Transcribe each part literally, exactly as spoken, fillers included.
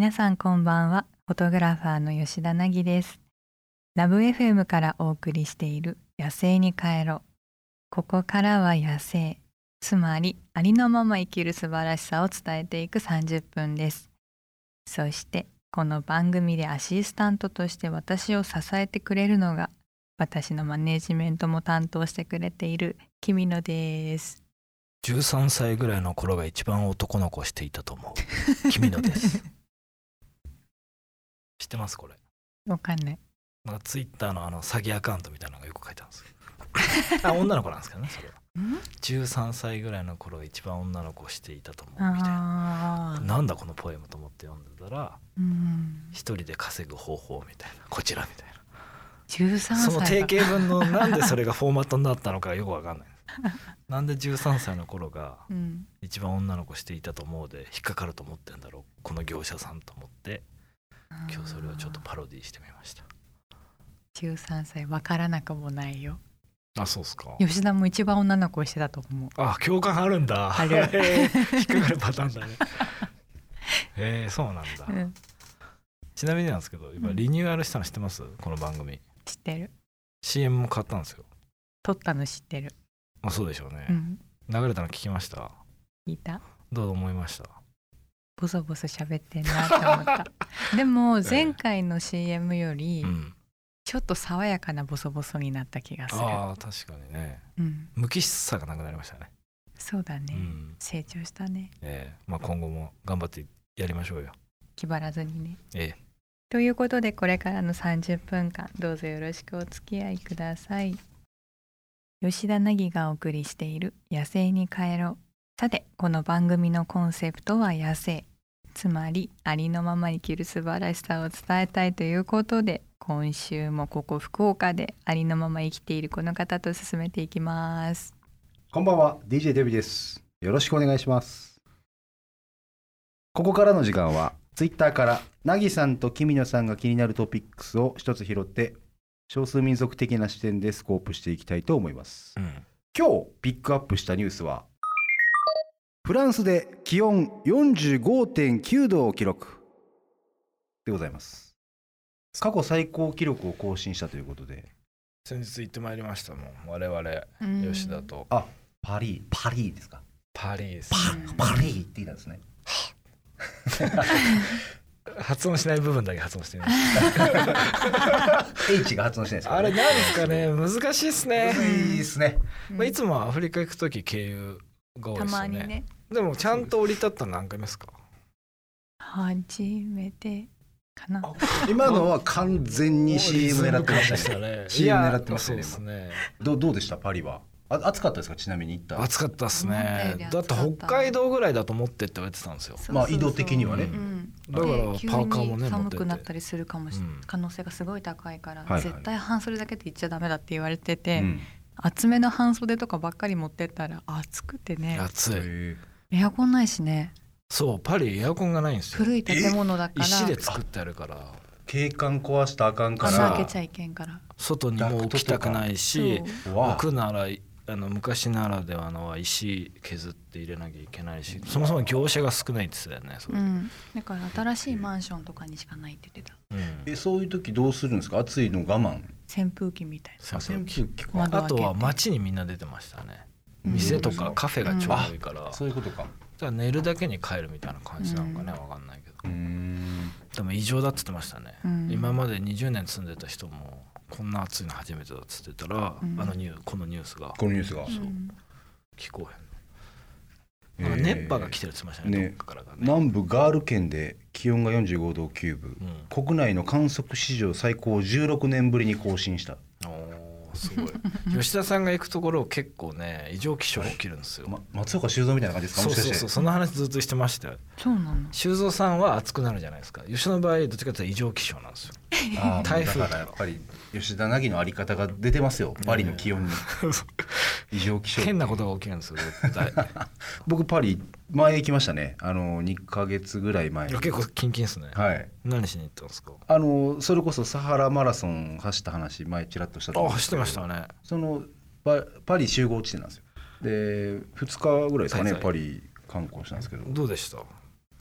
皆さんこんばんは。フォトグラファーの吉田凪です。ラブ エフエム からお送りしている野生に帰ろう。ここからは野生、つまりありのまま生きる素晴らしさを伝えていくさんじゅっぷんです。そしてこの番組でアシスタントとして私を支えてくれるのが、私のマネージメントも担当してくれている君野です。 じゅうさんさいぐらいの頃が一番男の子をしていたと思う君野です知ってますこれ？ わかんない。 なんかツイッターのあの詐欺アカウントみたいなのがよく書いてあるんですよあ女の子なんですけどね、それはじゅうさんさいぐらいの頃が一番女の子をしていたと思うみたいな。なんだこのポエムと思って読んでたら、一人で稼ぐ方法みたいな、こちらみたいな。 じゅうさんさいその定型文のなんでそれがフォーマットになったのかよくわかんないなんでじゅうさんさいの頃が一番女の子していたと思うで引っかかると思ってんだろうこの業者さんと思って、今日それをちょっとパロディしてみました。 じゅうさんさいわからなくもないよ。 あ、そうっすか。 吉田も一番女の子をしてたと思う。 あ、共感あるんだ。 ある引っかかるパターンだねえー、そうなんだ、うん、ちなみになんですけど今リニューアルしたの知ってます？この番組知ってる。 シーエム も買ったんですよ。 撮ったの知ってる。 あ、そうでしょうね、うん、流れたの聞きました？ 聞いた。 どう思いました？ ボソボソ喋ってんなって思ったでも前回の シーエム よりちょっと爽やかなボソボソになった気がする。 あ、確かにね、うん、無機質さがなくなりましたね。 そうだね、うん、成長したね、 えーまあ、今後も頑張ってやりましょうよ、 気張らずにね、 ええ。 ということでこれからのさんじゅっぷんかんどうぞよろしくお付き合いください。吉田凪がお送りしている野生に帰ろう。さてこの番組のコンセプトは野生、つまりありのまま生きる素晴らしさを伝えたいということで、今週もここ福岡でありのまま生きているこの方と進めていきます。 こんばんは、 ディージェー デビです。よろしくお願いします。ここからの時間はツイッターからなぎさんと君野さんが気になるトピックスを一つ拾って少数民族的な視点でスコープしていきたいと思います、うん、今日ピックアップしたニュースはフランスで気温 よんじゅうごてんきゅうどを記録でございます。過去最高記録を更新したということで、 先日行ってまいりましたもん、我々吉田と。 あ、パリパリですか？ パリです、 ね、パ, パリって言ったんですね発音しない部分だけ発音してみました H が発音しないですか、ね、 あれなんですかね、難しいですね。 難しいですね、 まあ、いつもアフリカ行くとき経由が多いですよね。 たまにね。 でもちゃんと降り立ったの何回目ですか？ 初めてかな。 今のは完全に シーエム 狙ってましたね。シーエム 狙ってましたね。 そうですね。 ど, どうでしたパリは？あ、暑かったですか？ちなみに行った。 暑かったですね。だって北海道ぐらいだと思ってって言われてたんですよ。 まあ移動的にはね、うん、 だからパーカーもね寒くなったりするかもし、うん、可能性がすごい高いから、はいはい、絶対半袖だけで行っちゃダメだって言われてて、うん、厚めの半袖とかばっかり持ってったら暑くてね。 暑い。 エアコンないしね。 そう、パリエアコンがないんですよ。 古い建物だから石で作ってあるから、 景観壊したらあかんから、 穴開けちゃいけんから、 外にも置きたくないし、置くならあの昔ならではの石削って入れなきゃいけないし、そもそも業者が少ないんですよね、それ、うん、 だから新しいマンションとかにしかないって言ってた、 うん、えそういう時どうするんですか？暑いの我慢？ 扇風機みたいな。 扇風機か。あとは街にみんな出てましたね、うん、店とかカフェがちょうどいいから、うん、 そういうことか。 じゃあ寝るだけに帰るみたいな感じなのかね、分かんないけど、うーん、でも異常だって言ってましたね、うん、今までにじゅうねん住んでた人もこんな暑いの初めてだっつってたら、うん、あのニューこのニュースがこのニュースがそう、うん、聞こえへんの、えー、熱波が来てるって言ってましたね、ね、どっかからがね。 南部ガール県で気温がよんじゅうごどきゅうぶ、うん、国内の観測史上最高じゅうろくねんぶりに更新した。 おすごい吉田さんが行くところ結構ね異常気象が起きるんですよ、 ま、松岡修造みたいな感じですか？ そうそうそう、その話ずっとしてましたよ。 そうなの。 修造さんは暑くなるじゃないですか。吉田の場合どっちかというと異常気象なんですよ。 あ台風だからやっぱり吉田凪のあり方が出てますよ、パリの気温に異常気象変なことが起きるんですよ絶対僕パリ前行きましたね、あのにかげつぐらい前に。 結構キンキンですね。 はい。 何しに行ったんですか？ あのそれこそサハラマラソン走った話前ちらっとしたと思うんですけど。 あ、走ってましたね。 その パ, パリ集合地点なんですよ。でふつかぐらいですかね、パリ観光したんですけど。 どうでした？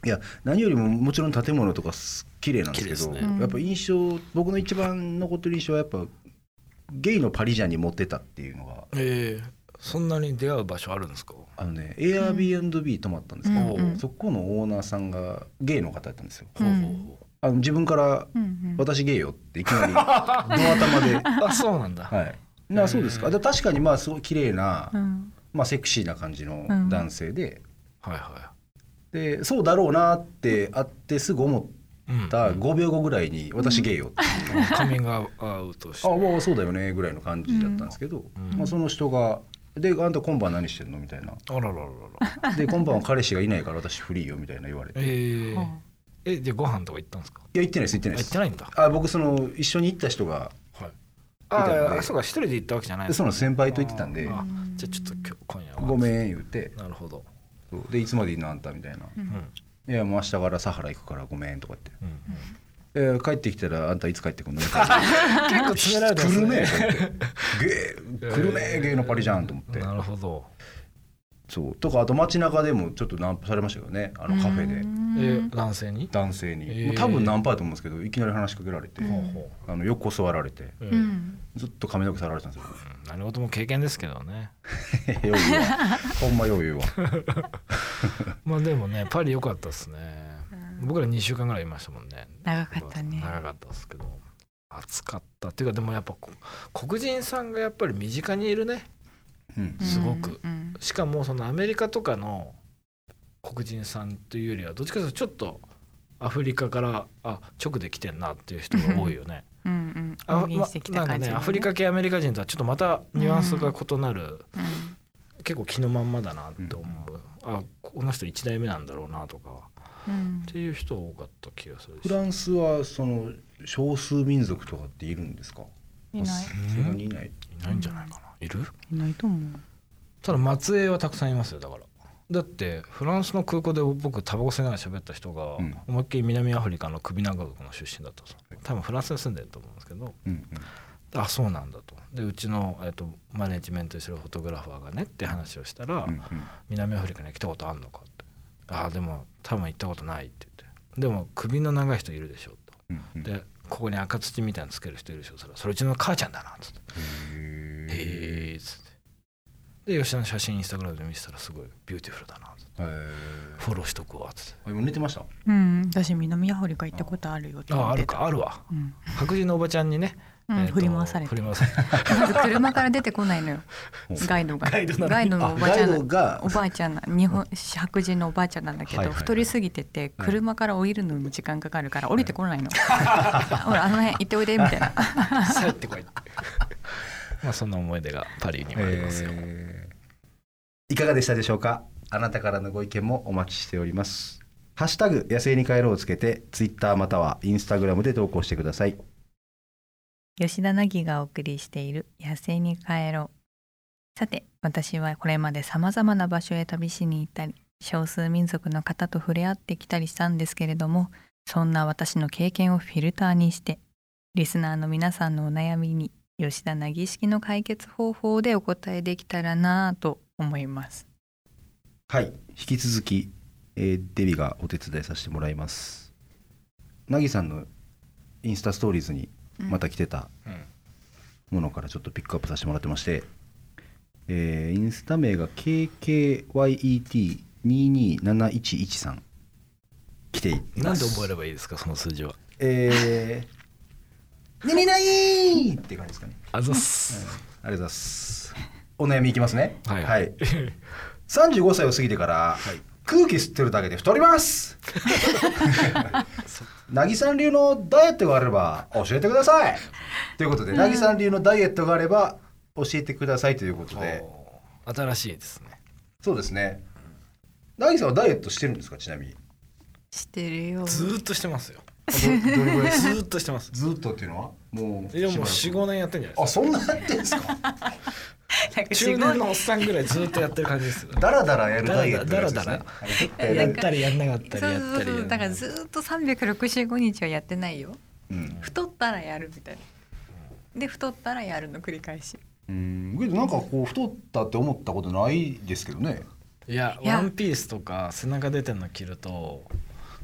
いや何よりももちろん建物とか綺麗なんですけど、 ね、 やっぱ印象僕の一番残ってる印象はやっぱゲイのパリジャンに持ってたっていうのが。 えー、そんなに出会う場所あるんですか？ あのね Airbnb 泊まったんですけど、 うん、 そこのオーナーさんがゲイの方だったんですよ、 うん、 あの自分から私ゲイよっていきなりドア頭であそうなんだ、 はい、なそうですか。で確かにまあすごい綺麗な、 うん、 まあ、セクシーな感じの男性で、 うん、はいはいでそうだろうなって会ってすぐ思ったごびょうごぐらいに私ゲイよっていう、 うん、カミングアウトしてあもうそうだよねぐらいの感じだったんですけど、うんまあ、その人がであんた今晩何してんのみたいな、 あららららで今晩は彼氏がいないから私フリーよみたいな言われて、 えー、えじゃあご飯とか行ったんですか？ いや行ってないです行ってないです。 行ってないんだ。 あ僕その一緒に行った人がはい、ああそうか一人で行ったわけじゃない。 その先輩と行ってたんで、 あじゃあちょっと今日今夜はごめん言って、 なるほど。 でいつまでいいのあんたみたいな、うん、いやもう明日からサハラ行くからごめんとかって、うんうん、えー、帰ってきたらあんたいつ帰ってくるの結構詰められてますね。 来るねと思ってゲー来るねゲーのパリじゃんと思って、 なるほど。 そうとかあと街中でもちょっとナンパされましたけどね、あのカフェで、 えー、男性に男性に、 えー、 もう多分ナンパだと思うんですけどいきなり話しかけられて、うん、あの横座られて、うん、ずっと髪の毛触られてたんですよ、 うん、何事も経験ですけどねよう言うわほんまよう言うわまあでもねパリ良かったですね、うん、僕らにしゅうかんぐらいいましたもんね。 長かったね。 長かったですけど暑かったっていうかでもやっぱ黒人さんがやっぱり身近にいるね、うん、すごく、うん、しかもそのアメリカとかの黒人さんというよりはどっちかというとちょっとアフリカからあ直で来てんなっていう人が多いよねうん、うん、あ、ま、なんかねアフリカ系アメリカ人とはちょっとまたニュアンスが異なる、うんうん、結構気のまんまだなって思う、うん、あこの人いち代目なんだろうなとか、うん、っていう人多かった気がするし。 フランスはその少数民族とかっているんですか？ いない。 そんなにいない。 いないんじゃないかな。いる？ いないと思う。 ただ末裔はたくさんいますよ。だからだってフランスの空港で僕タバコ吸いながら喋った人が、うん、思いっきり南アフリカのクビナガ族の出身だったんですよ。多分フランスに住んでると思うんですけど、うんうん、あそうなんだと。でうちの、えーと、マネジメントしてるフォトグラファーがねって話をしたら、うんうん、南アフリカに来たことあるのかって、あでも多分行ったことないって言って、でも首の長い人いるでしょと、うんうん、でここに赤土みたいなのつける人いるでしょ、それそれうちの母ちゃんだなっつって、へえっつって、で吉田の写真インスタグラムで見せたらすごいビューティフルだなっつって、フォローしとくわっつって。 あもう寝てました？ うん私南アフリカ行ったことあるよって言ってた。 ああるかあるわ、うん、白人のおばちゃんにね、 うんえー、振り回されてまず車から出てこないのよガイドがガイド, ガイドのおばあちゃんがおばあちゃん日本白人のおばあちゃんなんだけど、はいはいはい、太りすぎてて車から降りるのも時間かかるから降りてこないの、はい、ほらあの辺行っておいでみたいなさあ行ってこいまあそんな思い出がパリにもありますよ、えー、いかがでしたでしょうか。あなたからのご意見もお待ちしております。ハッシュタグ野生に帰ろうをつけてツイッターまたはインスタグラムで投稿してください。 吉田凪がお送りしている野生に帰ろう。さて私はこれまでさまざまな場所へ旅しに行ったり少数民族の方と触れ合ってきたりしたんですけれども、そんな私の経験をフィルターにしてリスナーの皆さんのお悩みに吉田凪式の解決方法でお答えできたらなと思います。 はい、引き続き、えー、デビがお手伝いさせてもらいます。凪さんのインスタストーリーズにまた来てたものからちょっとピックアップさせてもらってまして、えー、インスタ名が ケーケーワイイーティーににーなないちいち さん来ています。 なんで覚えればいいですかその数字は。 えーねねないって感じですかね。 あざっす、 うん、ありがとうございます。お悩みいきますね。 はい、はい、 さんじゅうごさいを過ぎてから、はい、空気吸ってるだけで太ります凪さん流のダイエットがあれば教えてくださいということで、凪さん流のダイエットがあれば教えてくださいということで、 新しいですね。 そうですね。凪さんはダイエットしてるんですか？ちなみにしてるよ。 ずっとしてますよ。ど, どれぐらいずっとしてます。 ずっとっていうのはもういやもう よん,ご 年やってんじゃないですか。 あそんなやってんですか中年のおっさんぐらいずっとやってる感じですよ。 だらだらやるダイエットですね。 だらだらやったりやんなかったりやったり。 そうそうそう、だからずっとさんびゃくろくじゅうごにちはやってないよ、うん、太ったらやるみたいなで太ったらやるの繰り返し。 うーんけどなんかこう太ったって思ったことないですけどね。 いやワンピースとか背中出てるの着ると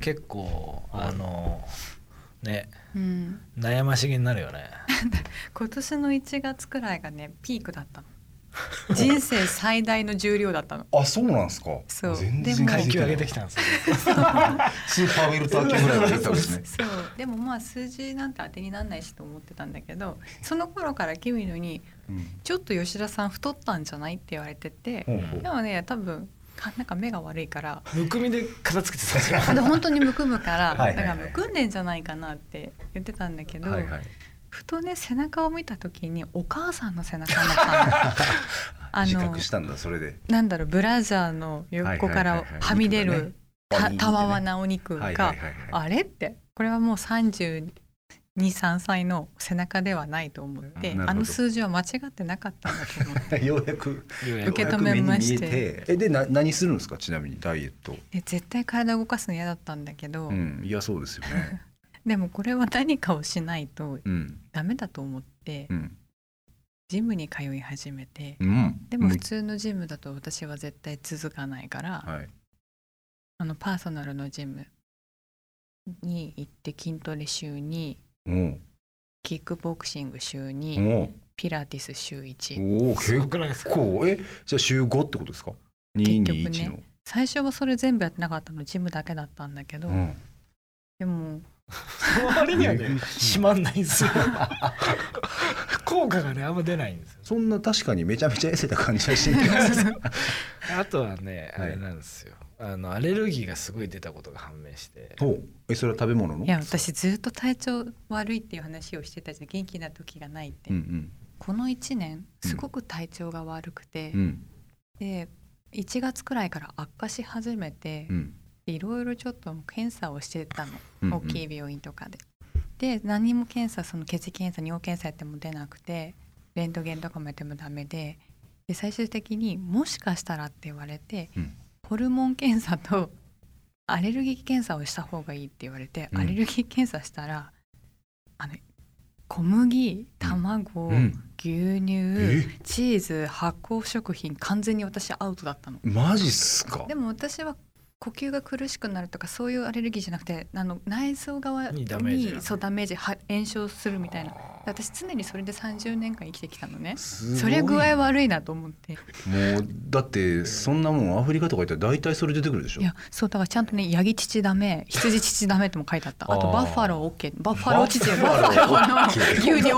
結構あのね、 うん、 悩ましげになるよね今年のいちがつくらいがねピークだったの人生最大の重量だったの。 あ、そうなんですか。 そう全然でも階級上げてきたんですよスーパーウェルター級ぐらいまで出たんですね。 そうでもまあ数字なんて当てにならないしと思ってたんだけど、その頃からキミノに、うん、ちょっと吉田さん太ったんじゃないって言われてて、うん、でもね多分なんか目が悪いからむくみで片付けてたんですよで本当にむくむからだからむくんでんじゃないかなって言ってたんだけど、はいはい、ふとね背中を見た時にお母さんの背中だったのあの自覚したんだ。それでなんだろう、ブラジャーの横からはみ出るたわわなお肉があれってこれはもうさんじゅうに、さんさいの背中ではないと思って、あの数字は間違ってなかったんだと思ってようやく受け止めまして。 えでな何するんですか、ちなみにダイエット。 え絶対体動かすの嫌だったんだけど、 うん、いやそうですよねでもこれは何かをしないとダメだと思って、うん、ジムに通い始めて、うん、でも普通のジムだと私は絶対続かないから、はい、あのパーソナルのジムに行って筋トレ週に、キックボクシング週に、ピラティス週いち。 お結構えじゃあ週ごってことですか。ににいちの、ね、 最初はそれ全部やってなかったの、ジムだけだったんだけど、うん、でもその割にはね閉まんないんですよ効果がねあんま出ないんですよ。 そんな確かにめちゃめちゃ痩せた感じはしないあとはねあれなんですよ、あのアレルギーがすごい出たことが判明して。 おえそれは食べ物の。 いや私ずっと体調悪いっていう話をしてたじゃん、元気な時がないって、うんうん、このいちねんすごく体調が悪くて、うん、でいちがつくらいから悪化し始めて、うんいろいろちょっと検査をしてたの、うんうん、大きい病院とかでで何も検査、その血液検査尿検査やっても出なくて、レントゲンとかもやってもダメで、で最終的にもしかしたらって言われて、うん、ホルモン検査とアレルギー検査をした方がいいって言われて、うん、アレルギー検査したらあの小麦、卵、うん、牛乳、チーズ、発酵食品完全に私アウトだったの。 マジっすか。 でも私は呼吸が苦しくなるとかそういうアレルギーじゃなくて、あの内臓側にダメージ、そうダメージ炎症するみたいな。私常にそれでさんじゅうねんかん生きてきたのね。それ具合悪いなと思って。 もうだってそんなもんアフリカとか行ったら大体それ出てくるでしょ。 いやそうだからちゃんとね、ヤギ乳ダメ、羊乳ダメとも書いてあった。あとバッファロー OK、 バッファロー乳、バッファローの牛乳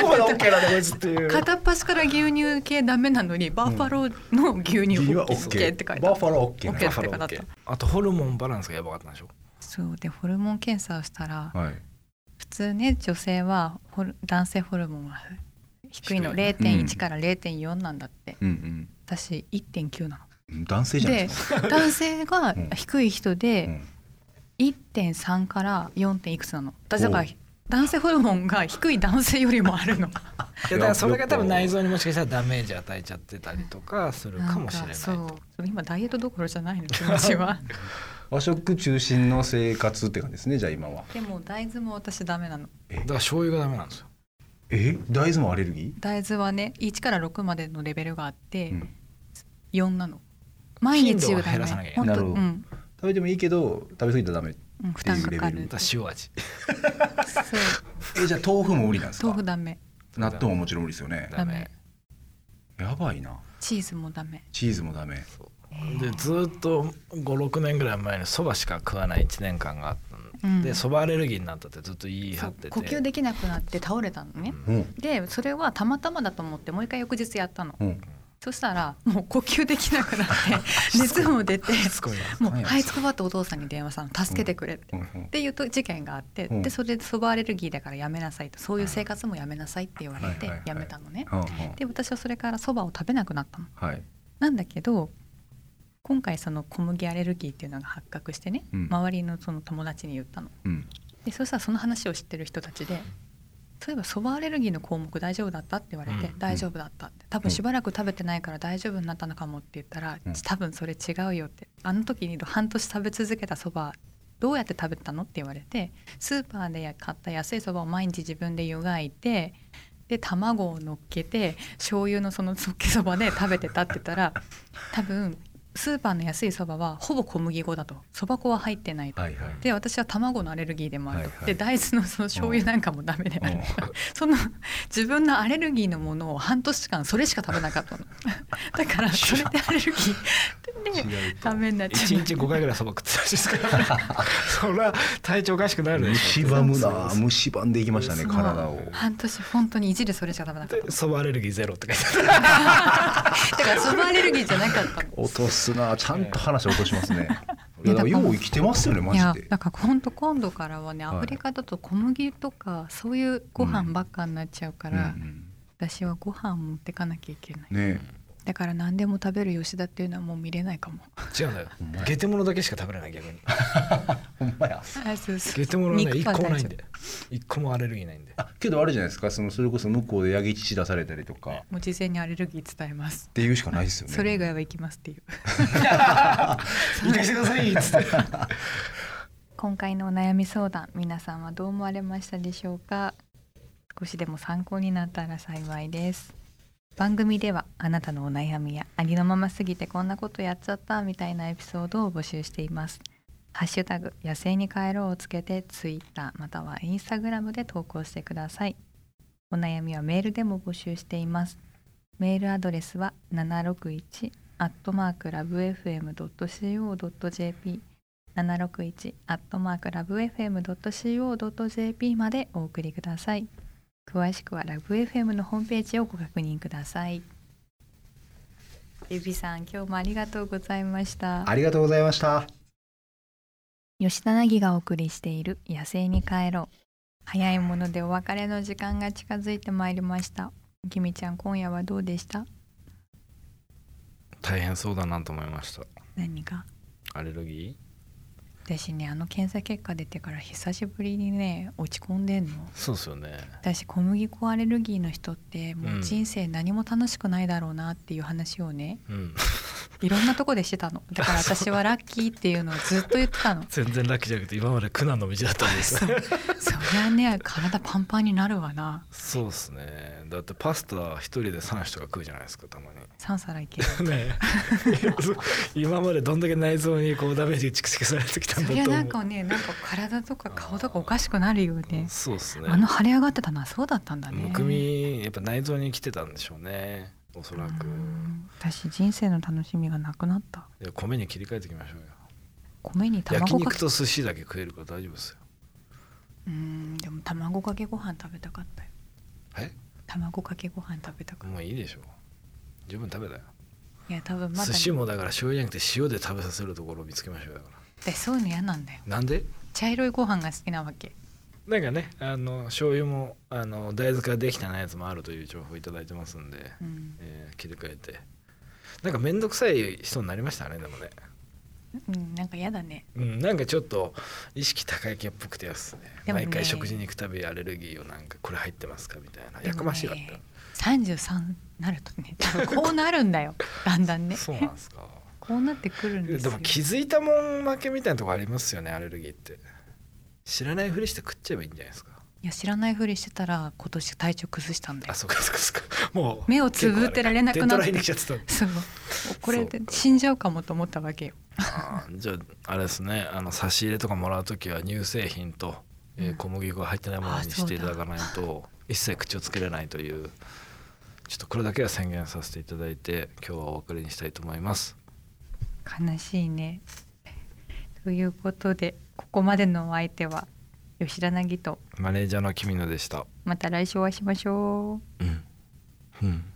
OK 片っ端から牛乳系ダメなのに、バッファローの牛乳 OK って書いてあった。 バッファロー OK って書いてあった。 あとホルモンバランスがやばかったんでしょ。 そうでホルモン検査をしたら、はい、普通ね女性はホル男性ホルモンは低いの れいてんいち から れいてんよん なんだって、うんうん、私 いってんきゅう なの。男性じゃないですか。 で男性が低い人で、うん、いってんさん から よん. 点いくつなの。私だから男性ホルモンが低い男性よりもあるの。いやだからそれが多分内臓にもしかしたらダメージ与えちゃってたりとかするかもしれない。 そう今ダイエットどころじゃないの気持ちは。 和食中心の生活って感じですね。じゃあ今は。 でも大豆も私ダメなの。 だから醤油がダメなんですよ。 え大豆もアレルギー。 大豆はねいちからろくまでのレベルがあって、うん、よんなの。毎日は減らさなきゃいけない。なるほど、うん、 食べてもいいけど食べ過ぎたらダメ。 うん、負担かかる。 塩味。 えじゃあ豆腐も無理なんですか。 豆腐ダメ。納豆ももちろん無理ですよね。 ダメ。やばいな。 チーズもダメ。 チーズもダメ。 でずっとごろくねんぐらい前にそばしか食わないいちねんかんがあったんで、そば、うん、アレルギーになったってずっと言い張ってて、 呼吸できなくなって倒れたのね、うん、でそれはたまたまだと思ってもう一回翌日やったの、うん、そしたらもう呼吸できなくなって熱も出てもうはいつくばってお父さんに電話したの、助けてくれって、うん、っていうと事件があって、うん、でそれでそばアレルギーだからやめなさいと、そういう生活もやめなさいって言われてやめたのね、で私はそれからそばを食べなくなったの、はい、なんだけど今回その小麦アレルギーっていうのが発覚してね、うん、周りのその友達に言ったの、うん、でそしたらその話を知ってる人たちで、そういえばそばアレルギーの項目大丈夫だったって言われて、うん、大丈夫だったって、多分しばらく食べてないから大丈夫になったのかもって言ったら、うん、多分それ違うよって、あの時に半年食べ続けたそばどうやって食べたのって言われて、スーパーで買った安いそばを毎日自分で湯がいて、で卵を乗っけて醤油のそのつけそばで食べてたって言ったら、多分スーパーの安いそばはほぼ小麦粉だと、そば粉は入ってないと、はいはい、で私は卵のアレルギーでもあると、はいはい、で大豆のその醤油なんかもダメであるその自分のアレルギーのものを半年間それしか食べなかったのだからそれでアレルギーでダメになっちゃう。いちにちごかいぐらいそば食ってたらしいですからそりゃ体調おかしくなるでしょ。 蝕むな、蝕んでいきましたね体を。 半年本当にいちでそれしか食べなかった。 そばアレルギーゼロって書いてあるだからそばアレルギーじゃなかったの。 落とすな、ちゃんと話落としますねいやだからよう生きてますよねマジで。いやだから本当今度からはね、アフリカだと小麦とかそういうご飯ばっかになっちゃうから、うんうんうん、私はご飯持ってかなきゃいけない、ね、だから何でも食べる吉田っていうのはもう見れないかも。 違うんだよ、ゲテモノだけしか食べれない逆にほんまや。 ゲテモノねいっこもないんで、いっこもアレルギーないんで。 あけどあれじゃないですか、そのそれこそ向こうでヤギ乳出されたりとか、 もう事前にアレルギー伝えますっていうしかないですよね。 それ以外は行きますっていう行かせてくださいっつって今回のお悩み相談、皆さんはどう思われましたでしょうか。少しでも参考になったら幸いです。番組ではあなたのお悩みやありのまますぎてこんなことやっちゃったみたいなエピソードを募集しています。ハッシュタグ野生に帰ろうをつけてツイッターまたはインスタグラムで投稿してください。お悩みはメールでも募集しています。メールアドレスはななろくいちアットマークラブエフエムドットシーオードットジェーピー ななろくいちアットマークラブエフエムドットシーオードットジェーピー までお送りください。詳しくはラブ エフエム のホームページをご確認ください。ゆびさん、今日もありがとうございました。 ありがとうございました。 吉田凪がお送りしている野生に帰ろう。早いものでお別れの時間が近づいてまいりました。きみちゃん、今夜はどうでした？ 大変そうだなと思いました。 何が？ アレルギー？ 私ね、あの検査結果出てから久しぶりにね落ち込んでんの。 そうですよね。 私小麦粉アレルギーの人ってもう人生何も楽しくないだろうなっていう話をね、うん、いろんなとこでしてたの。だから私はラッキーっていうのをずっと言ってたの全然ラッキーじゃなくて今まで苦難の道だったんですそ, そりゃね体パンパンになるわな。 そうですね。だってパスタ一人でさんしとか食うじゃないですかたまに。 さん皿いけるね今までどんだけ内臓にこうダメージ蓄積されてきたんだと思う。 そりゃなんかね、なんか体とか顔とかおかしくなるよね。 そうですね。 あの腫れ上がってたのはそうだったんだね。 むくみやっぱ内臓に来てたんでしょうね、おそらく。 私人生の楽しみがなくなった。 いや米に切り替えていきましょうよ。 米に卵かけ。 焼肉と寿司だけ食えるから大丈夫ですよ。 うーん、でも卵かけご飯食べたかったよ。 え？ 卵かけご飯食べたかった。 もういいでしょう、十分食べたよ。 いや多分まだ、 ね、寿司もだから醤油じゃなくて塩で食べさせるところを見つけましょうだから。 でそういうの嫌なんだよ。 なんで？ 茶色いご飯が好きなわけ。 なんかね、あの醤油もあの大豆からできたやつもあるという情報をいただいてますんで、うんえー、切り替えて。なんかめんどくさい人になりましたねでもね。 うん、なんか嫌だね、 うん、なんかちょっと意識高い系っぽくてやすね。ね毎回食事に行くたびアレルギーをなんかこれ入ってますかみたいな、やかましいかった。 さんじゅうさんなるとね多分こうなるんだよだんだんね。 そうなんですか。 こうなってくるんですよ。 でも気づいたもん負けみたいなとこありますよねアレルギーって。知らないふりして食っちゃえばいいんじゃないですか。 いや知らないふりしてたら今年体調崩したんだよ。 あ、そうかそうかそうか。もう目をつぶってられなくなって。 デッドラインに来ちゃってた。 そうこれで死んじゃうかもと思ったわけよ。 あじゃああれですね、あの差し入れとかもらうときは乳製品と、うんえー、小麦粉が入ってないものにしていただかないと一切口をつけれないという、ちょっとこれだけは宣言させていただいて今日はお別れにしたいと思います。 悲しいね。ということでここまでのお相手は吉田凪とマネージャーの君野でした。 また来週お会いしましょう。 うんうん